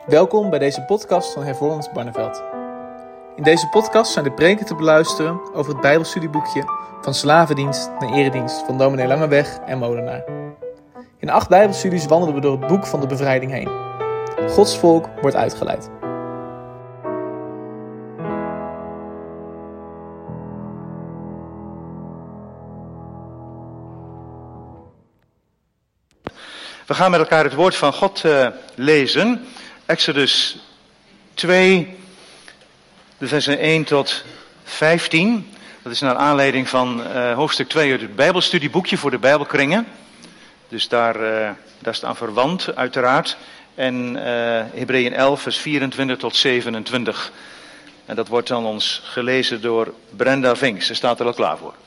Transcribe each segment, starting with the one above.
Welkom bij deze podcast van Hervormd Barneveld. In deze podcast zijn de preken te beluisteren over het Bijbelstudieboekje Van Slavendienst naar Eredienst van dominee Langeweg en Molenaar. In 8 Bijbelstudies wandelen we door het boek van de bevrijding heen. Gods volk wordt uitgeleid. We gaan met elkaar het woord van God lezen. Exodus 2, de versen 1 tot 15. Dat is naar aanleiding van hoofdstuk 2 uit het Bijbelstudieboekje voor de Bijbelkringen. Dus daar is het aan verwant, uiteraard. En Hebreeën 11, vers 24 tot 27. En dat wordt dan ons gelezen door Brenda Vinks. Ze staat er al klaar voor.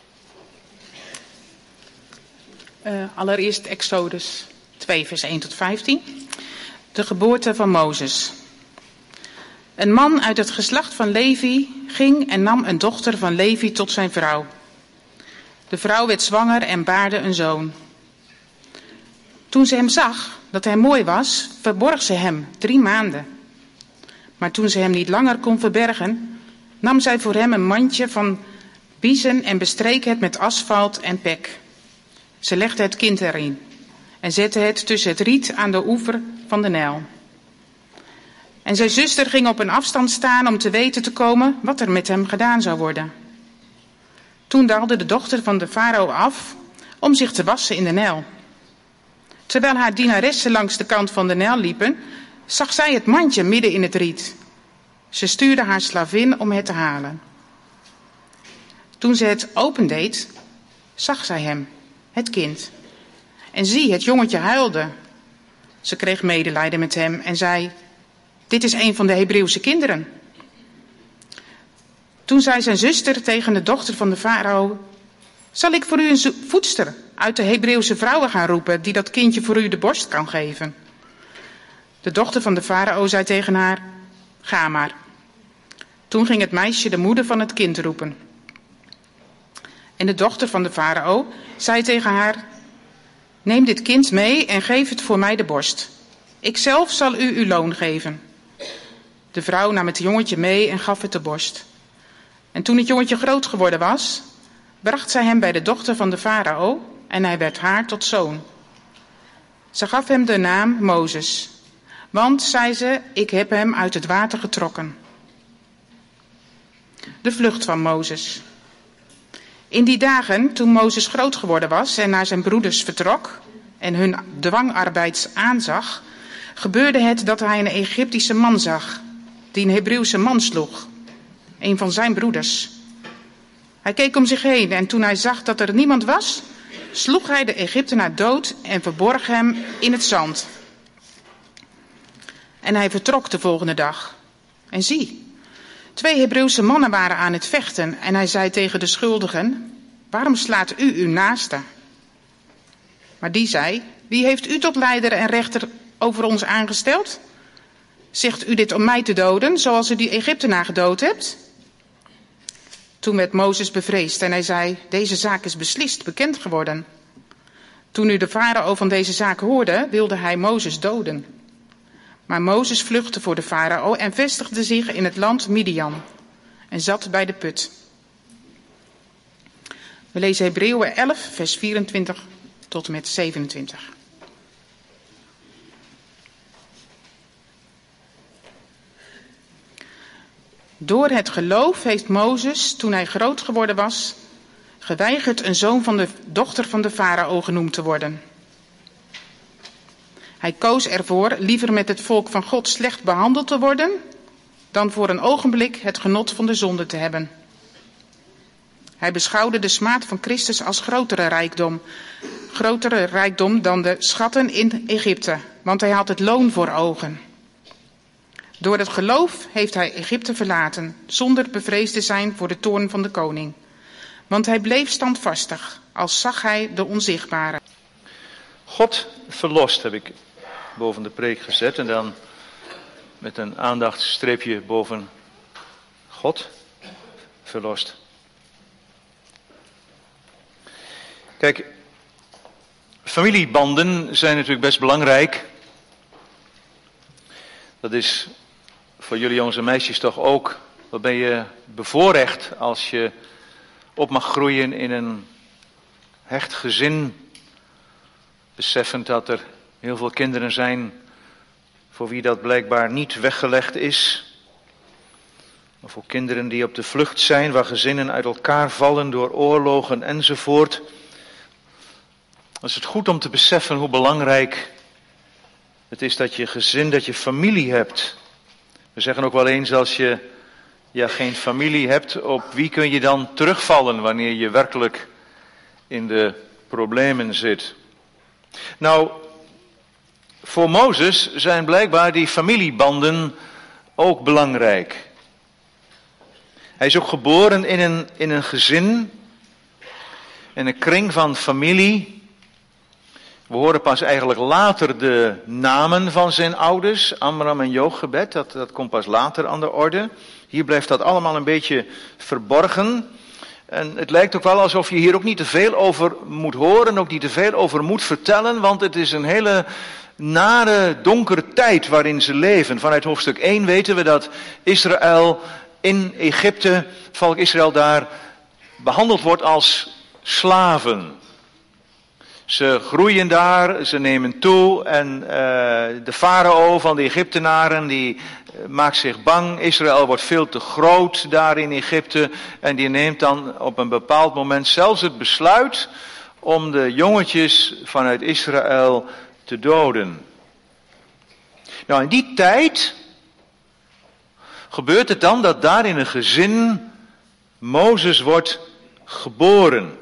Allereerst Exodus 2, vers 1 tot 15. De geboorte van Mozes. Een man uit het geslacht van Levi ging en nam een dochter van Levi tot zijn vrouw. De vrouw werd zwanger en baarde een zoon. Toen ze hem zag, dat hij mooi was, verborg ze hem 3 maanden. Maar toen ze hem niet langer kon verbergen, nam zij voor hem een mandje van biezen en bestreek het met asfalt en pek. Ze legde het kind erin en zette het tussen het riet aan de oever van de Nijl. En zijn zuster ging op een afstand staan om te weten te komen wat er met hem gedaan zou worden. Toen daalde de dochter van de farao af om zich te wassen in de Nijl. Terwijl haar dienaressen langs de kant van de Nijl liepen, zag zij het mandje midden in het riet. Ze stuurde haar slavin om het te halen. Toen ze het opendeed, zag zij hem, het kind. En zie, het jongetje huilde. Ze kreeg medelijden met hem en zei: dit is een van de Hebreeuwse kinderen. Toen zei zijn zuster tegen de dochter van de farao: zal ik voor u een voedster uit de Hebreeuwse vrouwen gaan roepen, die dat kindje voor u de borst kan geven? De dochter van de farao zei tegen haar: ga maar. Toen ging het meisje de moeder van het kind roepen. En de dochter van de farao zei tegen haar: neem dit kind mee en geef het voor mij de borst. Ikzelf zal u uw loon geven. De vrouw nam het jongetje mee en gaf het de borst. En toen het jongetje groot geworden was, bracht zij hem bij de dochter van de farao en hij werd haar tot zoon. Ze gaf hem de naam Mozes, want, zei ze, ik heb hem uit het water getrokken. De vlucht van Mozes. In die dagen, toen Mozes groot geworden was en naar zijn broeders vertrok en hun dwangarbeid aanzag, gebeurde het dat hij een Egyptische man zag, die een Hebreeuwse man sloeg, een van zijn broeders. Hij keek om zich heen en toen hij zag dat er niemand was, sloeg hij de Egyptenaar dood en verborg hem in het zand. En hij vertrok de volgende dag. En zie, 2 Hebreeuwse mannen waren aan het vechten en hij zei tegen de schuldigen: waarom slaat u uw naaste? Maar die zei: wie heeft u tot leider en rechter over ons aangesteld? Zegt u dit om mij te doden, zoals u die Egyptenaar gedood hebt? Toen werd Mozes bevreesd en hij zei: deze zaak is beslist bekend geworden. Toen nu de farao van deze zaak hoorde, wilde hij Mozes doden. Maar Mozes vluchtte voor de farao en vestigde zich in het land Midian en zat bij de put. We lezen Hebreeën 11, vers 24 tot en met 27. Door het geloof heeft Mozes, toen hij groot geworden was, geweigerd een zoon van de dochter van de farao genoemd te worden. Hij koos ervoor liever met het volk van God slecht behandeld te worden, dan voor een ogenblik het genot van de zonde te hebben. Hij beschouwde de smaad van Christus als grotere rijkdom dan de schatten in Egypte, want hij had het loon voor ogen. Door het geloof heeft hij Egypte verlaten, zonder bevreesd te zijn voor de toorn van de koning. Want hij bleef standvastig, als zag hij de onzichtbare. God verlost heb ik boven de preek gezet en dan met een aandachtsstreepje boven God verlost. Kijk, familiebanden zijn natuurlijk best belangrijk. Dat is voor jullie jongens en meisjes toch ook. Wat ben je bevoorrecht als je op mag groeien in een hecht gezin. Beseffend dat er heel veel kinderen zijn voor wie dat blijkbaar niet weggelegd is. Of voor kinderen die op de vlucht zijn, waar gezinnen uit elkaar vallen door oorlogen enzovoort. Dan is het goed om te beseffen hoe belangrijk het is dat je gezin, dat je familie hebt. We zeggen ook wel eens, als je geen familie hebt, op wie kun je dan terugvallen wanneer je werkelijk in de problemen zit? Nou, voor Mozes zijn blijkbaar die familiebanden ook belangrijk. Hij is ook geboren in een gezin, in een kring van familie. We horen pas eigenlijk later de namen van zijn ouders, Amram en Jochebed, dat komt pas later aan de orde. Hier blijft dat allemaal een beetje verborgen. En het lijkt ook wel alsof je hier ook niet te veel over moet horen, ook niet te veel over moet vertellen, want het is een hele nare, donkere tijd waarin ze leven. Vanuit hoofdstuk 1 weten we dat Israël in Egypte, volk Israël daar, behandeld wordt als slaven. Ze groeien daar, ze nemen toe en de farao van de Egyptenaren die maakt zich bang. Israël wordt veel te groot daar in Egypte en die neemt dan op een bepaald moment zelfs het besluit om de jongetjes vanuit Israël te doden. Nou, in die tijd gebeurt het dan dat daar in een gezin Mozes wordt geboren.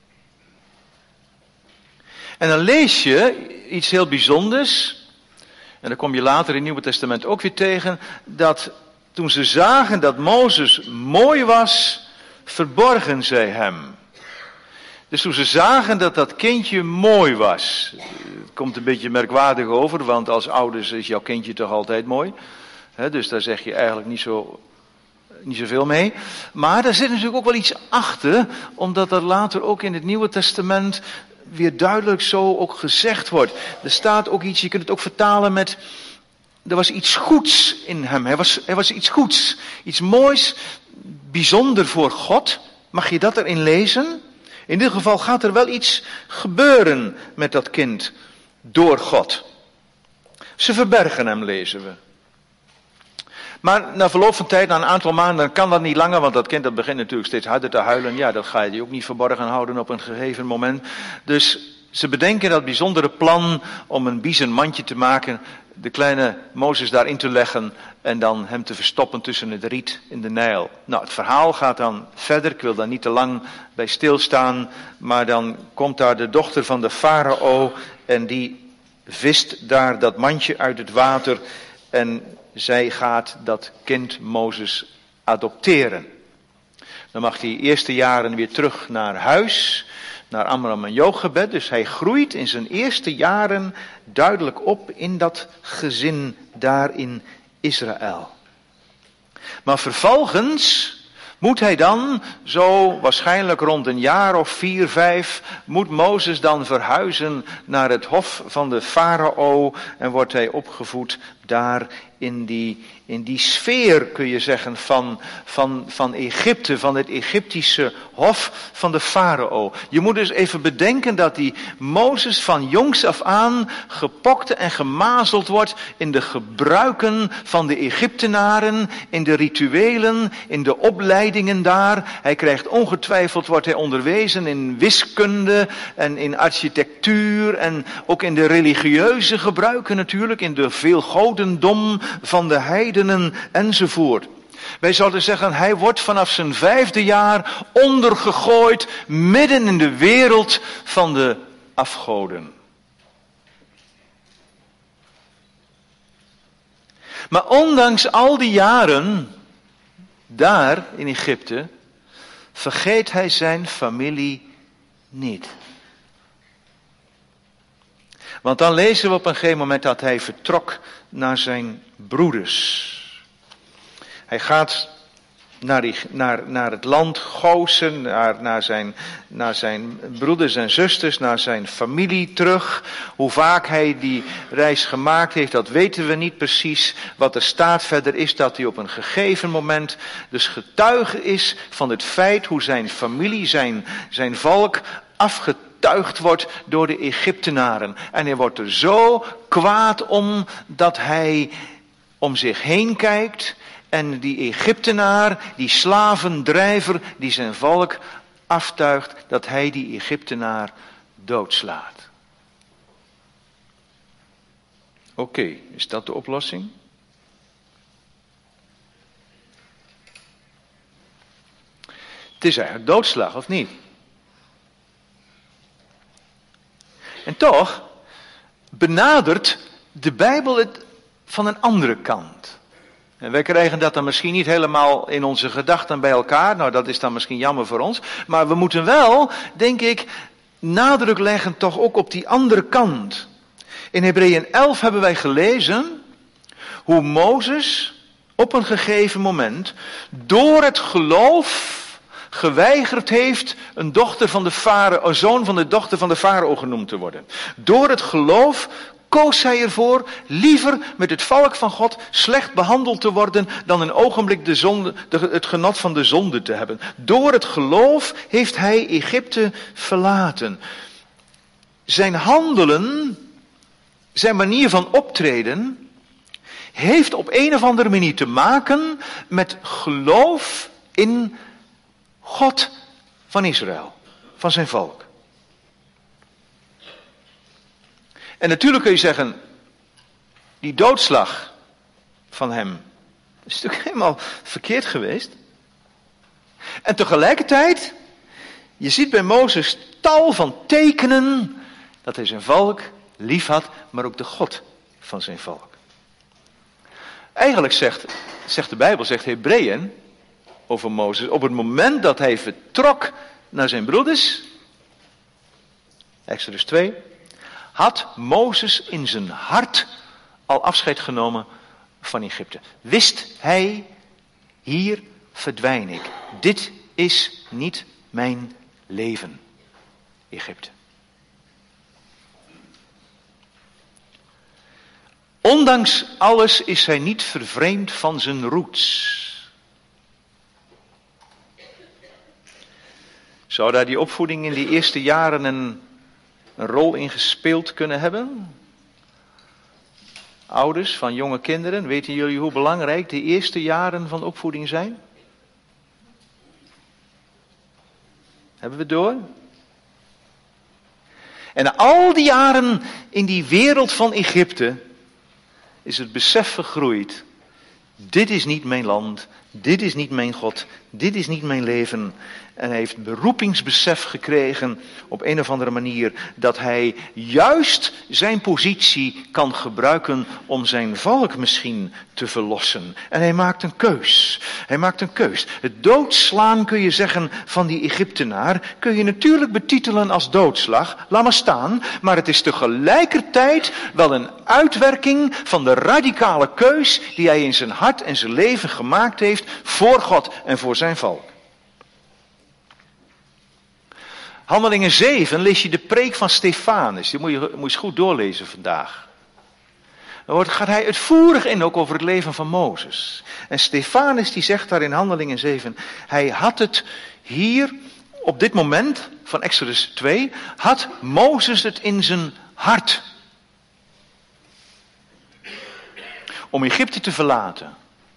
En dan lees je iets heel bijzonders, en dan kom je later in het Nieuwe Testament ook weer tegen, dat toen ze zagen dat Mozes mooi was, verborgen zij hem. Dus toen ze zagen dat dat kindje mooi was, het komt een beetje merkwaardig over, want als ouders is jouw kindje toch altijd mooi. Dus daar zeg je eigenlijk niet zoveel mee. Maar daar zit natuurlijk ook wel iets achter, omdat dat later ook in het Nieuwe Testament weer duidelijk zo ook gezegd wordt. Er staat ook iets, je kunt het ook vertalen met, er was iets goeds in hem. Er was iets goeds, iets moois, bijzonder voor God. Mag je dat erin lezen? In ieder geval gaat er wel iets gebeuren met dat kind door God. Ze verbergen hem, lezen we. Maar na verloop van tijd, na een aantal maanden, kan dat niet langer, want dat kind dat begint natuurlijk steeds harder te huilen. Ja, dat ga je ook niet verborgen houden op een gegeven moment. Dus ze bedenken dat bijzondere plan om een biezenmandje te maken, de kleine Mozes daarin te leggen en dan hem te verstoppen tussen het riet in de Nijl. Nou, het verhaal gaat dan verder, ik wil daar niet te lang bij stilstaan, maar dan komt daar de dochter van de farao en die vist daar dat mandje uit het water en zij gaat dat kind Mozes adopteren. Dan mag hij eerste jaren weer terug naar huis, naar Amram en Jochebed. Dus hij groeit in zijn eerste jaren duidelijk op in dat gezin daar in Israël. Maar vervolgens moet hij dan, zo waarschijnlijk rond een jaar of 4, 5, moet Mozes dan verhuizen naar het hof van de farao en wordt hij opgevoed daar in die sfeer, kun je zeggen, van Egypte, van het Egyptische hof van de farao. Je moet dus even bedenken dat die Mozes van jongs af aan gepokt en gemazeld wordt in de gebruiken van de Egyptenaren, in de rituelen, in de opleidingen daar. Hij krijgt ongetwijfeld, wordt hij onderwezen in wiskunde en in architectuur en ook in de religieuze gebruiken natuurlijk, in de veelgodendom van de heidenen enzovoort. Wij zouden zeggen, hij wordt vanaf zijn 5e jaar ondergegooid midden in de wereld van de afgoden. Maar ondanks al die jaren daar in Egypte vergeet hij zijn familie niet. Want dan lezen we op een gegeven moment dat hij vertrok naar zijn broeders. Hij gaat naar het land Gozen, naar zijn broeders en zusters, naar zijn familie terug. Hoe vaak hij die reis gemaakt heeft, dat weten we niet precies. Wat er staat verder is dat hij op een gegeven moment dus getuige is van het feit hoe zijn familie, zijn volk afgetuigd wordt door de Egyptenaren. En hij wordt er zo kwaad om dat hij om zich heen kijkt en die Egyptenaar, die slavendrijver die zijn volk aftuigt, dat hij die Egyptenaar doodslaat. Oké, is dat de oplossing? Het is eigenlijk doodslag, of niet? En toch benadert de Bijbel het van een andere kant. En wij krijgen dat dan misschien niet helemaal in onze gedachten bij elkaar. Nou, dat is dan misschien jammer voor ons. Maar we moeten wel, denk ik, nadruk leggen toch ook op die andere kant. In Hebreeën 11 hebben wij gelezen hoe Mozes op een gegeven moment door het geloof geweigerd heeft een zoon van de dochter van de farao genoemd te worden. Door het geloof koos hij ervoor liever met het volk van God slecht behandeld te worden dan een ogenblik het genot van de zonde te hebben. Door het geloof heeft hij Egypte verlaten. Zijn handelen, zijn manier van optreden, heeft op een of andere manier te maken met geloof in God van Israël, van zijn volk. En natuurlijk kun je zeggen, die doodslag van hem is natuurlijk helemaal verkeerd geweest. En tegelijkertijd, je ziet bij Mozes tal van tekenen dat hij zijn volk lief had, maar ook de God van zijn volk. Eigenlijk zegt de Bijbel, zegt Hebreeën over Mozes, op het moment dat hij vertrok naar zijn broeders, Exodus 2, had Mozes in zijn hart al afscheid genomen van Egypte. Wist hij, hier verdwijn ik. Dit is niet mijn leven, Egypte. Ondanks alles is hij niet vervreemd van zijn roots. Zou daar die opvoeding in die eerste jaren een rol in gespeeld kunnen hebben? Ouders van jonge kinderen, weten jullie hoe belangrijk de eerste jaren van opvoeding zijn? Hebben we het door? En na al die jaren in die wereld van Egypte is het besef gegroeid. Dit is niet mijn land, dit is niet mijn God, dit is niet mijn leven. En hij heeft beroepingsbesef gekregen op een of andere manier dat hij juist zijn positie kan gebruiken om zijn volk misschien te verlossen. En hij maakt een keus. Hij maakt een keus. Het doodslaan, kun je zeggen, van die Egyptenaar kun je natuurlijk betitelen als doodslag. Laat maar staan. Maar het is tegelijkertijd wel een uitwerking van de radicale keus die hij in zijn hart en zijn leven gemaakt heeft voor God en voor zijn volk. Handelingen 7 lees je de preek van Stefanus. Die moet je eens goed doorlezen vandaag. Dan gaat hij uitvoerig in ook over het leven van Mozes. En Stefanus die zegt daar in Handelingen 7. Hij had het hier op dit moment van Exodus 2. Had Mozes het in zijn hart. Om Egypte te verlaten.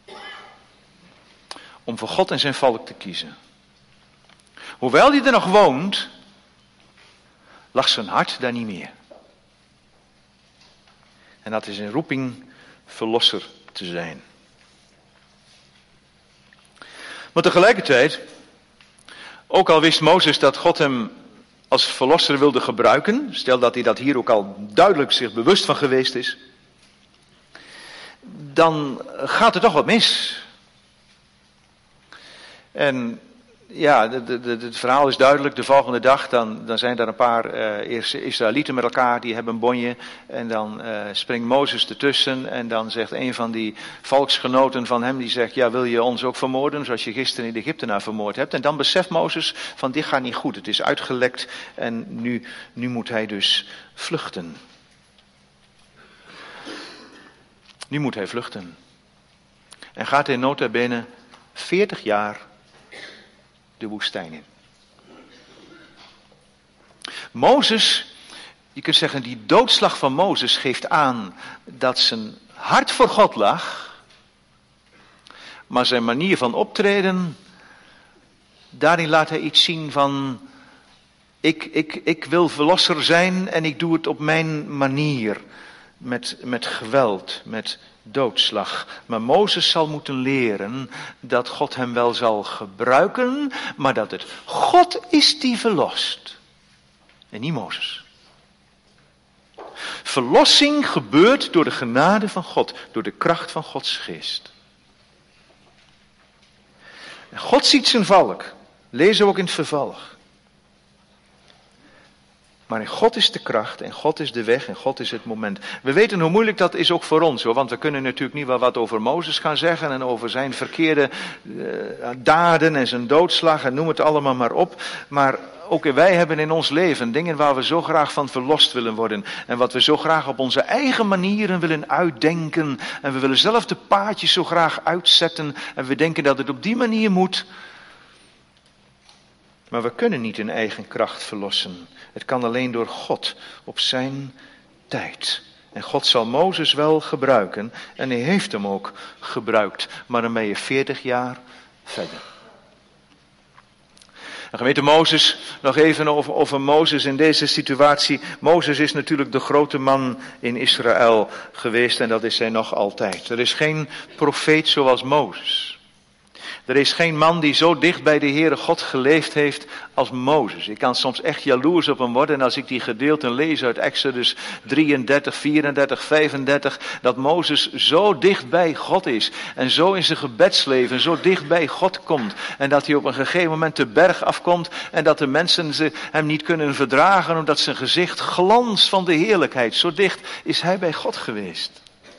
Om voor God en zijn volk te kiezen. Hoewel hij er nog woont, lag zijn hart daar niet meer. En dat is een roeping verlosser te zijn. Maar tegelijkertijd, ook al wist Mozes dat God hem als verlosser wilde gebruiken, stel dat hij dat hier ook al duidelijk zich bewust van geweest is, dan gaat er toch wat mis. En Ja, het verhaal is duidelijk. De volgende dag dan zijn er een paar Israëlieten met elkaar, die hebben een bonje. En dan springt Mozes ertussen en dan zegt een van die volksgenoten van hem, die zegt, ja, wil je ons ook vermoorden zoals je gisteren de Egyptenaar vermoord hebt? En dan beseft Mozes van, dit gaat niet goed, het is uitgelekt en nu moet hij dus vluchten. Nu moet hij vluchten. En gaat hij nota bene 40 jaar de woestijn in. Mozes, je kunt zeggen, die doodslag van Mozes geeft aan dat zijn hart voor God lag, maar zijn manier van optreden, daarin laat hij iets zien van, ik wil verlosser zijn en ik doe het op mijn manier, met geweld, met doodslag. Maar Mozes zal moeten leren dat God hem wel zal gebruiken, maar dat het God is die verlost. En niet Mozes. Verlossing gebeurt door de genade van God, door de kracht van Gods geest. En God ziet zijn volk, lezen we ook in het vervolg. Maar in God is de kracht en God is de weg en God is het moment. We weten hoe moeilijk dat is ook voor ons hoor. Want we kunnen natuurlijk niet wel wat over Mozes gaan zeggen. En over zijn verkeerde daden en zijn doodslag en noem het allemaal maar op. Maar ook wij hebben in ons leven dingen waar we zo graag van verlost willen worden. En wat we zo graag op onze eigen manieren willen uitdenken. En we willen zelf de paadjes zo graag uitzetten. En we denken dat het op die manier moet. Maar we kunnen niet in eigen kracht verlossen. Het kan alleen door God op zijn tijd. En God zal Mozes wel gebruiken. En hij heeft hem ook gebruikt. Maar dan ben je 40 jaar verder. En gemeente Mozes, nog even over Mozes in deze situatie. Mozes is natuurlijk de grote man in Israël geweest. En dat is hij nog altijd. Er is geen profeet zoals Mozes. Er is geen man die zo dicht bij de Heere God geleefd heeft als Mozes. Ik kan soms echt jaloers op hem worden. En als ik die gedeelten lees uit Exodus 33, 34, 35. Dat Mozes zo dicht bij God is. En zo in zijn gebedsleven zo dicht bij God komt. En dat hij op een gegeven moment de berg afkomt. En dat de mensen hem niet kunnen verdragen. Omdat zijn gezicht glanst van de heerlijkheid. Zo dicht is hij bij God geweest.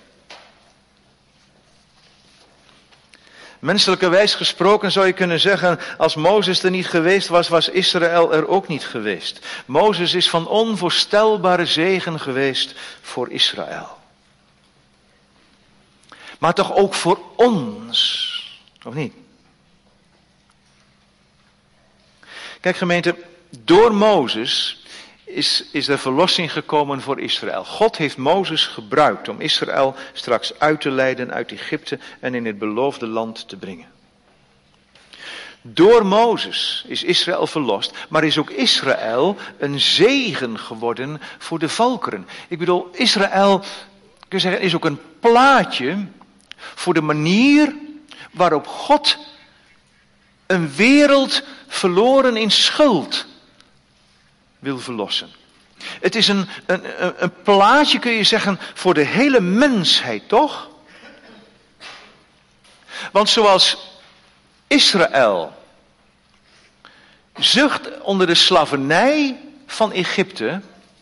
Menselijkerwijs gesproken zou je kunnen zeggen, als Mozes er niet geweest was, was Israël er ook niet geweest. Mozes is van onvoorstelbare zegen geweest voor Israël. Maar toch ook voor ons, of niet? Kijk gemeente, door Mozes is er verlossing gekomen voor Israël. God heeft Mozes gebruikt om Israël straks uit te leiden uit Egypte en in het beloofde land te brengen. Door Mozes is Israël verlost, maar is ook Israël een zegen geworden voor de volkeren. Ik bedoel, Israël, kun je zeggen, is ook een plaatje voor de manier waarop God een wereld verloren in schuld wil verlossen. Het is een plaatje, kun je zeggen, voor de hele mensheid, toch? Want zoals Israël zucht onder de slavernij van Egypte,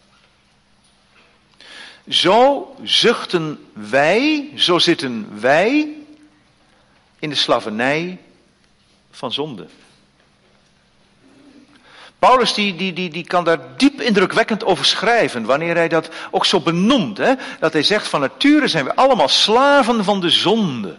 zo zuchten wij, zo zitten wij in de slavernij van zonde. Paulus die kan daar diep indrukwekkend over schrijven, wanneer hij dat ook zo benoemt. Hè? Dat hij zegt, van nature zijn we allemaal slaven van de zonde.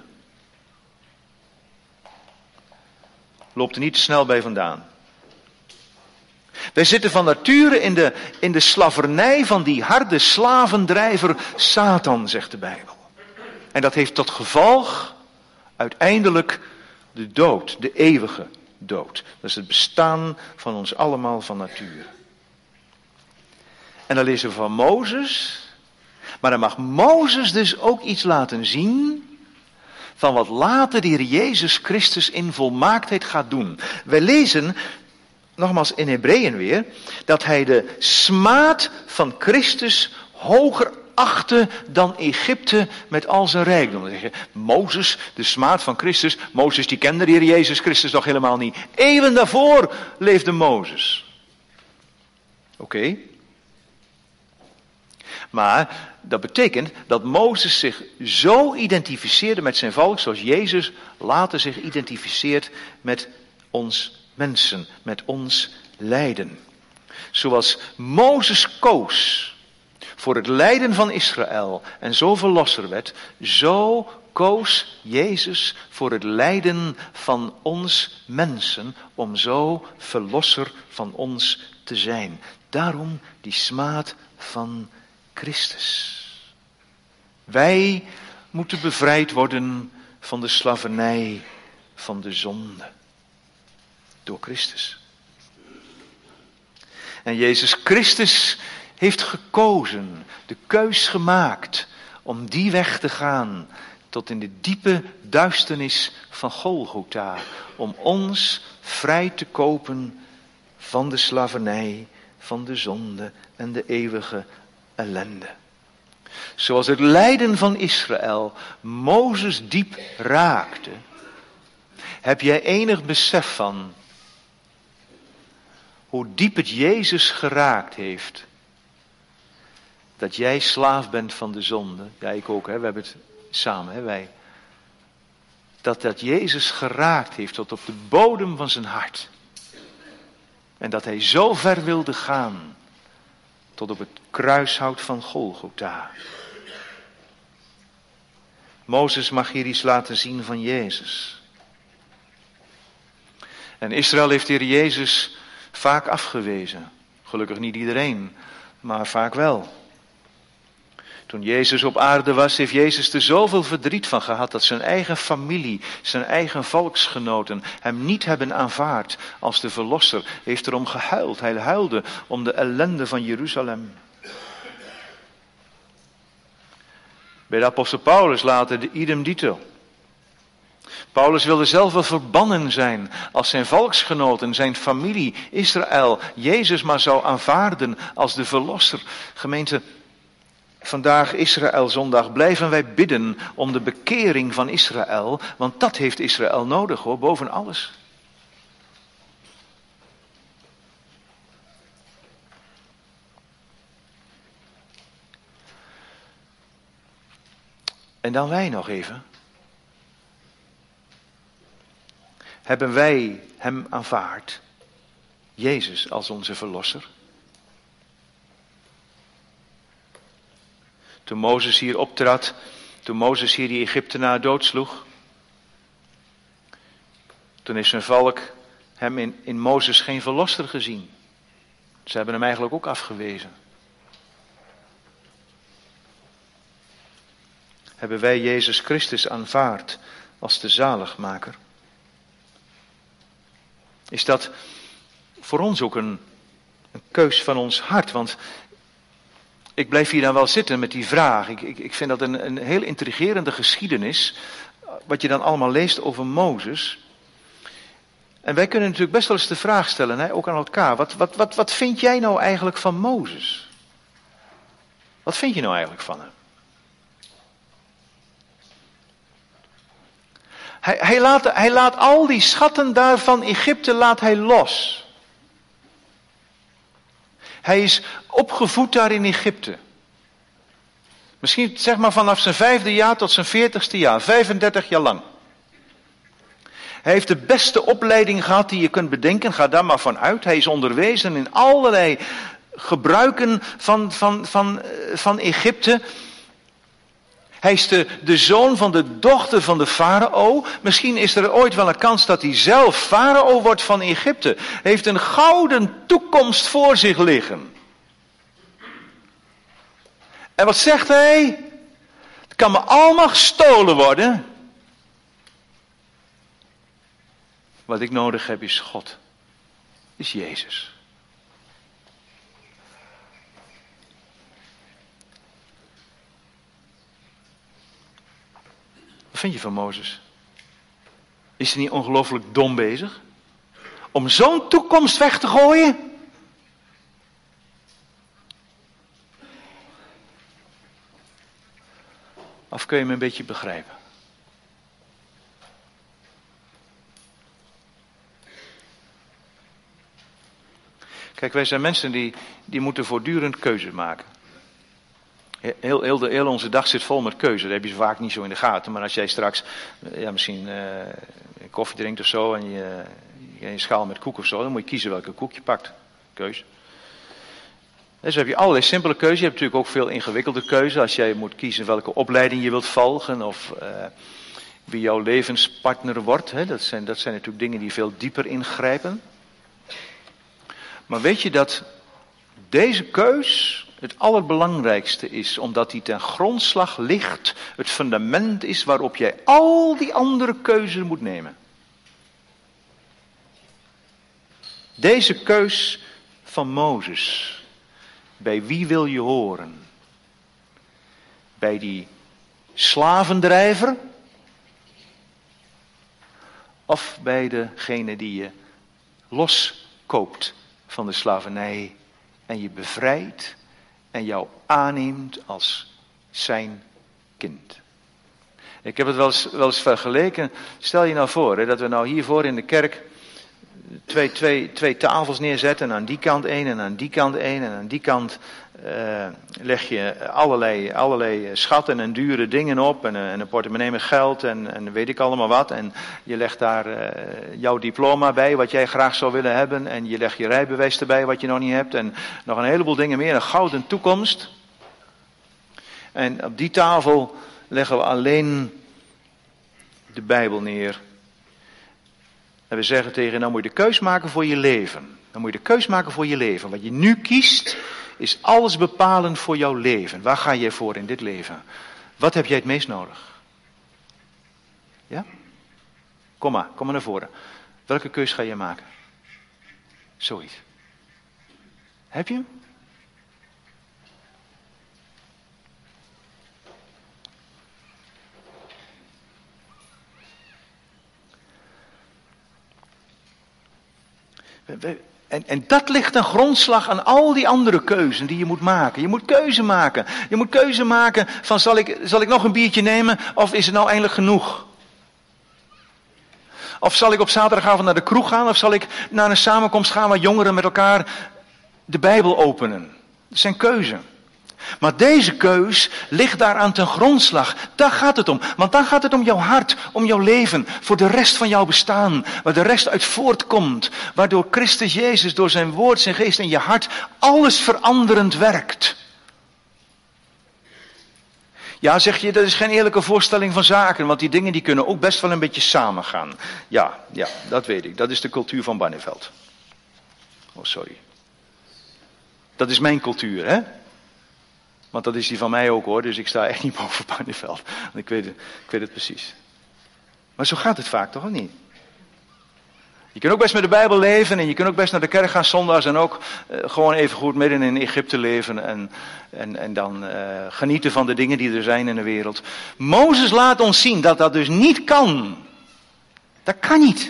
Loopt er niet te snel bij vandaan. Wij zitten van nature in de slavernij van die harde slavendrijver Satan, zegt de Bijbel. En dat heeft tot gevolg uiteindelijk de dood, de eeuwige dood. Dat is het bestaan van ons allemaal van nature. En dan lezen we van Mozes. Maar dan mag Mozes dus ook iets laten zien van wat later de Heer Jezus Christus in volmaaktheid gaat doen. Wij lezen, nogmaals in Hebreeën weer, dat hij de smaad van Christus hoger achten dan Egypte met al zijn rijkdom. Dan zeg je, Mozes, de smaad van Christus. Mozes die kende de Heer Jezus Christus toch helemaal niet. Eeuwen daarvoor leefde Mozes. Oké. Maar dat betekent dat Mozes zich zo identificeerde met zijn volk, zoals Jezus later zich identificeert met ons mensen, met ons lijden. Zoals Mozes koos voor het lijden van Israël en zo verlosser werd, zo koos Jezus voor het lijden van ons mensen, om zo verlosser van ons te zijn. Daarom die smaad van Christus. Wij moeten bevrijd worden van de slavernij van de zonde. Door Christus. En Jezus Christus heeft gekozen, de keus gemaakt om die weg te gaan tot in de diepe duisternis van Golgotha. Om ons vrij te kopen van de slavernij, van de zonde en de eeuwige ellende. Zoals het lijden van Israël Mozes diep raakte, heb jij enig besef van hoe diep het Jezus geraakt heeft. Dat jij slaaf bent van de zonde. Ja, ik ook, hè? We hebben het samen, hè, wij. Dat Jezus geraakt heeft tot op de bodem van zijn hart. En dat hij zo ver wilde gaan tot op het kruishout van Golgotha. Mozes mag hier iets laten zien van Jezus. En Israël heeft de Heer Jezus vaak afgewezen. Gelukkig niet iedereen, maar vaak wel. Toen Jezus op aarde was, heeft Jezus er zoveel verdriet van gehad dat zijn eigen familie, zijn eigen volksgenoten hem niet hebben aanvaard als de verlosser. Hij heeft erom gehuild. Hij huilde om de ellende van Jeruzalem. Bij de apostel Paulus later de idem dito. Paulus wilde zelf wel verbannen zijn als zijn volksgenoten, zijn familie, Israël, Jezus maar zou aanvaarden als de verlosser. Gemeente, vandaag Israël zondag blijven wij bidden om de bekering van Israël, want dat heeft Israël nodig hoor, boven alles. En dan wij nog even. Hebben wij hem aanvaard, Jezus als onze verlosser? Toen Mozes hier optrad, toen Mozes hier die Egyptenaar doodsloeg, toen heeft zijn volk hem in Mozes geen verlosser gezien. Ze hebben hem eigenlijk ook afgewezen. Hebben wij Jezus Christus aanvaard als de zaligmaker? Is dat voor ons ook een keus van ons hart? Want ik blijf hier dan wel zitten met die vraag. Ik vind dat een heel intrigerende geschiedenis, wat je dan allemaal leest over Mozes. En wij kunnen natuurlijk best wel eens de vraag stellen, hè, ook aan elkaar. Wat vind jij nou eigenlijk van Mozes? Wat vind je nou eigenlijk van hem? Hij laat al die schatten daar van Egypte laat hij los. Hij is opgevoed daar in Egypte. Misschien zeg maar vanaf zijn 5e jaar tot zijn 40ste jaar. 35 jaar lang. Hij heeft de beste opleiding gehad die je kunt bedenken. Ga daar maar van uit. Hij is onderwezen in allerlei gebruiken van Egypte. Hij is de zoon van de dochter van de farao. Misschien is er ooit wel een kans dat hij zelf farao wordt van Egypte. Hij heeft een gouden toekomst voor zich liggen. En wat zegt hij? Het kan me allemaal gestolen worden. Wat ik nodig heb is God. Is Jezus. Wat vind je van Mozes? Is hij niet ongelooflijk dom bezig? Om zo'n toekomst weg te gooien? Of kun je me een beetje begrijpen? Kijk, wij zijn mensen die moeten voortdurend keuzes maken. Heel onze dag zit vol met keuze. Dat heb je vaak niet zo in de gaten. Maar als jij straks misschien een koffie drinkt of zo en je schaal met koek of zo, dan moet je kiezen welke koek je pakt. Keus. Dus heb je allerlei simpele keuzes. Je hebt natuurlijk ook veel ingewikkelde keuzes. Als jij moet kiezen welke opleiding je wilt volgen of wie jouw levenspartner wordt. Hè? Dat zijn natuurlijk dingen die veel dieper ingrijpen. Maar weet je dat deze keus het allerbelangrijkste is, omdat die ten grondslag ligt, het fundament is waarop jij al die andere keuzes moet nemen. Deze keus van Mozes. Bij wie wil je horen? Bij die slavendrijver? Of bij degene die je loskoopt van de slavernij en je bevrijdt en jou aanneemt als zijn kind? Ik heb het wel eens vergeleken. Stel je nou voor dat we nou hiervoor in de kerk twee tafels neerzetten. En aan die kant één en aan die kant één. En aan die kant leg je allerlei schatten en dure dingen op. En een portemonnee met geld en weet ik allemaal wat. En je legt daar jouw diploma bij wat jij graag zou willen hebben. En je legt je rijbewijs erbij wat je nog niet hebt. En nog een heleboel dingen meer. Een gouden toekomst. En op die tafel leggen we alleen de Bijbel neer. En we zeggen tegen, nou moet je de keus maken voor je leven. Dan moet je de keus maken voor je leven. Wat je nu kiest, is alles bepalend voor jouw leven. Waar ga je voor in dit leven? Wat heb jij het meest nodig? Ja? Kom maar naar voren. Welke keus ga je maken? Zoiets. Heb je hem? En dat ligt ten grondslag aan al die andere keuzen die je moet maken. Je moet keuze maken. Je moet keuze maken van zal ik nog een biertje nemen of is het nou eindelijk genoeg? Of zal ik op zaterdagavond naar de kroeg gaan of zal ik naar een samenkomst gaan waar jongeren met elkaar de Bijbel openen? Dat zijn keuzen. Maar deze keus ligt daaraan ten grondslag. Daar gaat het om. Want dan gaat het om jouw hart, om jouw leven, voor de rest van jouw bestaan. Waar de rest uit voortkomt. Waardoor Christus Jezus door zijn woord, zijn geest in je hart alles veranderend werkt. Ja, zeg je, dat is geen eerlijke voorstelling van zaken. Want die dingen die kunnen ook best wel een beetje samengaan. Ja, dat weet ik. Dat is de cultuur van Barneveld. Oh, sorry. Dat is mijn cultuur, hè? Want dat is die van mij ook hoor, dus ik sta echt niet boven Barneveld. Ik weet het precies. Maar zo gaat het vaak toch ook niet? Je kunt ook best met de Bijbel leven en je kunt ook best naar de kerk gaan zondags en ook gewoon even goed midden in Egypte leven en dan genieten van de dingen die er zijn in de wereld. Mozes laat ons zien dat dat dus niet kan. Dat kan niet.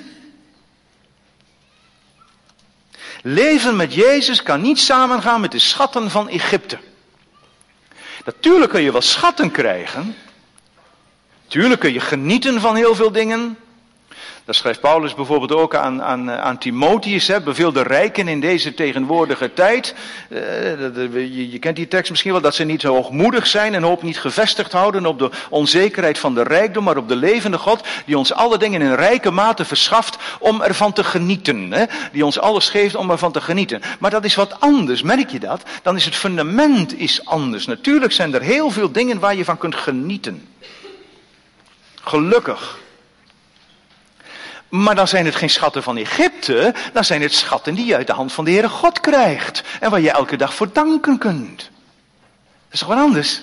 Leven met Jezus kan niet samengaan met de schatten van Egypte. Natuurlijk kun je wel schatten krijgen. Natuurlijk kun je genieten van heel veel dingen. Dat schrijft Paulus bijvoorbeeld ook aan Timotheus. Beveel de rijken in deze tegenwoordige tijd. Je kent die tekst misschien wel. Dat ze niet zo hoogmoedig zijn en hoop niet gevestigd houden op de onzekerheid van de rijkdom. Maar op de levende God die ons alle dingen in rijke mate verschaft om ervan te genieten. Die ons alles geeft om ervan te genieten. Maar dat is wat anders, merk je dat? Dan is het fundament is anders. Natuurlijk zijn er heel veel dingen waar je van kunt genieten. Gelukkig. Maar dan zijn het geen schatten van Egypte, dan zijn het schatten die je uit de hand van de Heere God krijgt. En waar je elke dag voor danken kunt. Dat is toch wat anders?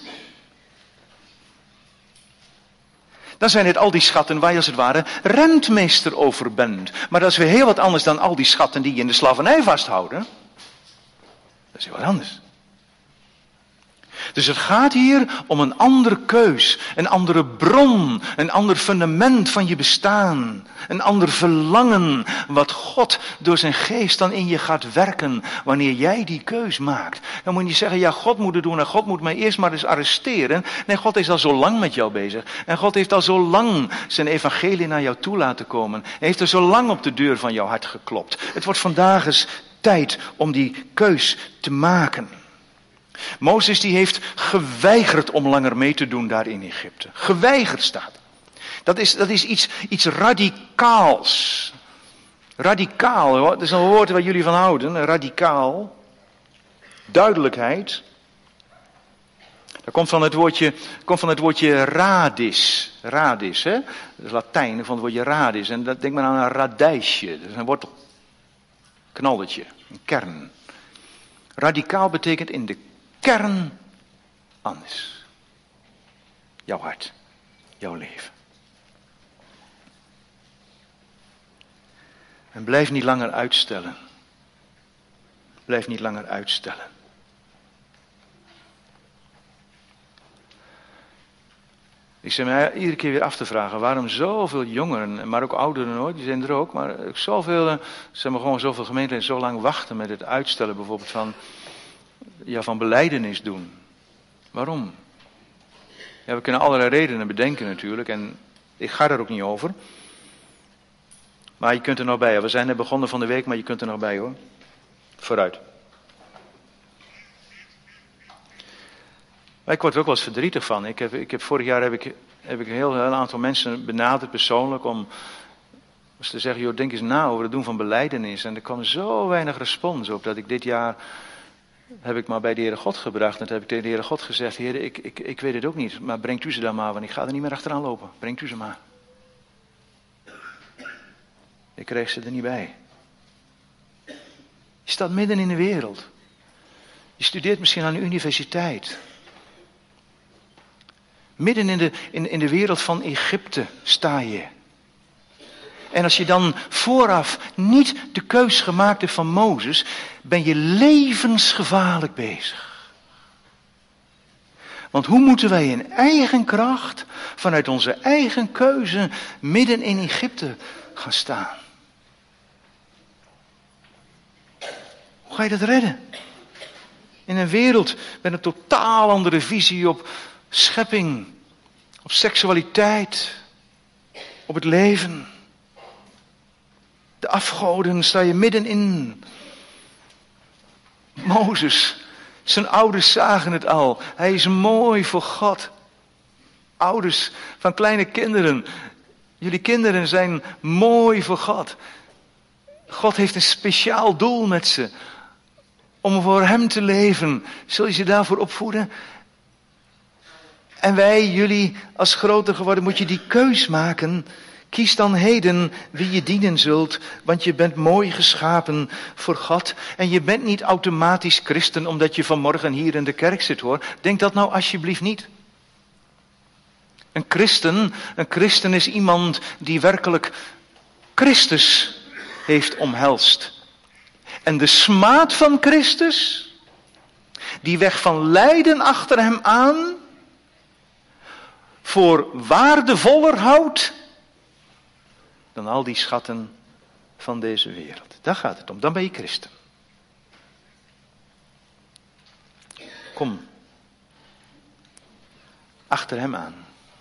Dan zijn het al die schatten waar je als het ware rentmeester over bent. Maar dat is weer heel wat anders dan al die schatten die je in de slavernij vasthouden. Dat is heel wat anders. Dus het gaat hier om een andere keus, een andere bron, een ander fundament van je bestaan. Een ander verlangen wat God door zijn geest dan in je gaat werken wanneer jij die keus maakt. Dan moet je niet zeggen, ja, God moet het doen en God moet mij eerst maar eens arresteren. Nee, God is al zo lang met jou bezig. En God heeft al zo lang zijn evangelie naar jou toe laten komen. Hij heeft er zo lang op de deur van jouw hart geklopt. Het wordt vandaag eens tijd om die keus te maken. Mozes die heeft geweigerd om langer mee te doen daar in Egypte. Geweigerd staat. Dat is iets radicaals. Radicaal, hoor. Dat is een woord waar jullie van houden. Radicaal. Duidelijkheid. Dat komt van het woordje radis. Radis, hè? Dat is Latijn, van het woordje radis. En dat denk maar aan een radijsje. Dat is een wortel. Knalletje, een kern. Radicaal betekent in de kern anders. Jouw hart, jouw leven. En blijf niet langer uitstellen. Blijf niet langer uitstellen. Ik zit me iedere keer weer af te vragen waarom zoveel jongeren, maar ook ouderen hoor, die zijn er ook, maar zoveel, zeg maar gewoon zoveel gemeenten zo lang wachten met het uitstellen bijvoorbeeld van belijdenis doen. Waarom? Ja, we kunnen allerlei redenen bedenken natuurlijk en ik ga daar ook niet over. Maar je kunt er nog bij. We zijn net begonnen van de week, maar je kunt er nog bij hoor. Vooruit. Maar ik word er ook wel eens verdrietig van. Vorig jaar heb ik een heel aantal mensen benaderd persoonlijk om eens te zeggen, joh, denk eens na over het doen van belijdenis. En er kwam zo weinig respons op dat ik dit jaar heb ik maar bij de Heere God gebracht. En toen heb ik tegen de Heere God gezegd, Heer, ik weet het ook niet, maar brengt u ze dan maar, want ik ga er niet meer achteraan lopen. Brengt u ze maar. Ik kreeg ze er niet bij. Je staat midden in de wereld. Je studeert misschien aan de universiteit. Midden in de wereld van Egypte sta je. En als je dan vooraf niet de keus gemaakt hebt van Mozes, ben je levensgevaarlijk bezig. Want hoe moeten wij in eigen kracht, vanuit onze eigen keuze, midden in Egypte gaan staan? Hoe ga je dat redden? In een wereld met een totaal andere visie op schepping, op seksualiteit, op het leven. De afgoden sta je middenin. Mozes, zijn ouders zagen het al. Hij is mooi voor God. Ouders van kleine kinderen. Jullie kinderen zijn mooi voor God. God heeft een speciaal doel met ze. Om voor hem te leven. Zul je ze daarvoor opvoeden? En wij, jullie, als groter geworden, moet je die keus maken. Kies dan heden wie je dienen zult, want je bent mooi geschapen voor God. En je bent niet automatisch christen, omdat je vanmorgen hier in de kerk zit, hoor. Denk dat nou alsjeblieft niet. Een christen is iemand die werkelijk Christus heeft omhelst. En de smaad van Christus, die weg van lijden achter hem aan, voor waardevoller houdt dan al die schatten van deze wereld. Daar gaat het om, dan ben je christen. Kom, achter hem aan.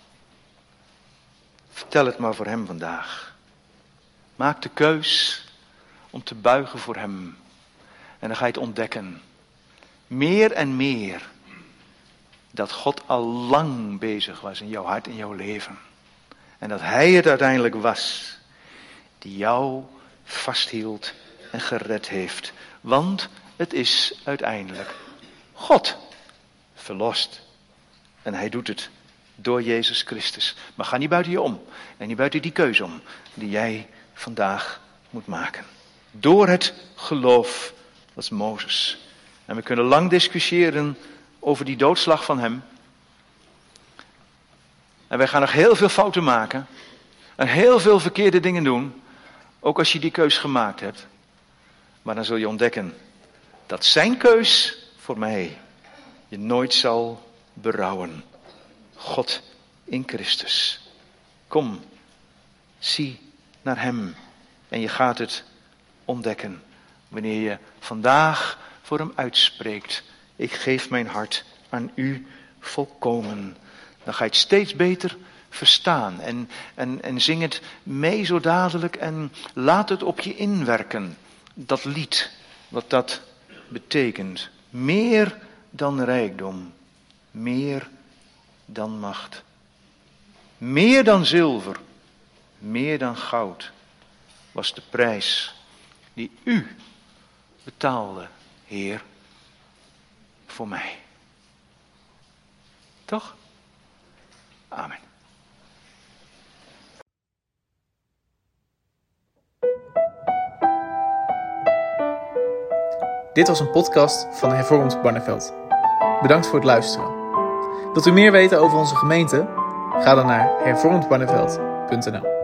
Vertel het maar voor hem vandaag. Maak de keus om te buigen voor hem. En dan ga je het ontdekken. Meer en meer. Dat God al lang bezig was in jouw hart, in jouw leven. En dat hij het uiteindelijk was. Die jou vasthield en gered heeft. Want het is uiteindelijk God verlost. En hij doet het door Jezus Christus. Maar ga niet buiten je om. En niet buiten die keuze om. Die jij vandaag moet maken. Door het geloof als Mozes. En we kunnen lang discussiëren over die doodslag van hem. En wij gaan nog heel veel fouten maken. En heel veel verkeerde dingen doen. Ook als je die keus gemaakt hebt. Maar dan zul je ontdekken dat zijn keus voor mij je nooit zal berouwen. God in Christus. Kom, zie naar hem en je gaat het ontdekken. Wanneer je vandaag voor hem uitspreekt, ik geef mijn hart aan u volkomen. Dan ga je het steeds beter verstaan en zing het mee zo dadelijk en laat het op je inwerken. Dat lied, wat dat betekent. Meer dan rijkdom, meer dan macht. Meer dan zilver, meer dan goud was de prijs die u betaalde, Heer, voor mij. Toch? Amen. Dit was een podcast van Hervormd Barneveld. Bedankt voor het luisteren. Wilt u meer weten over onze gemeente? Ga dan naar hervormdbarneveld.nl.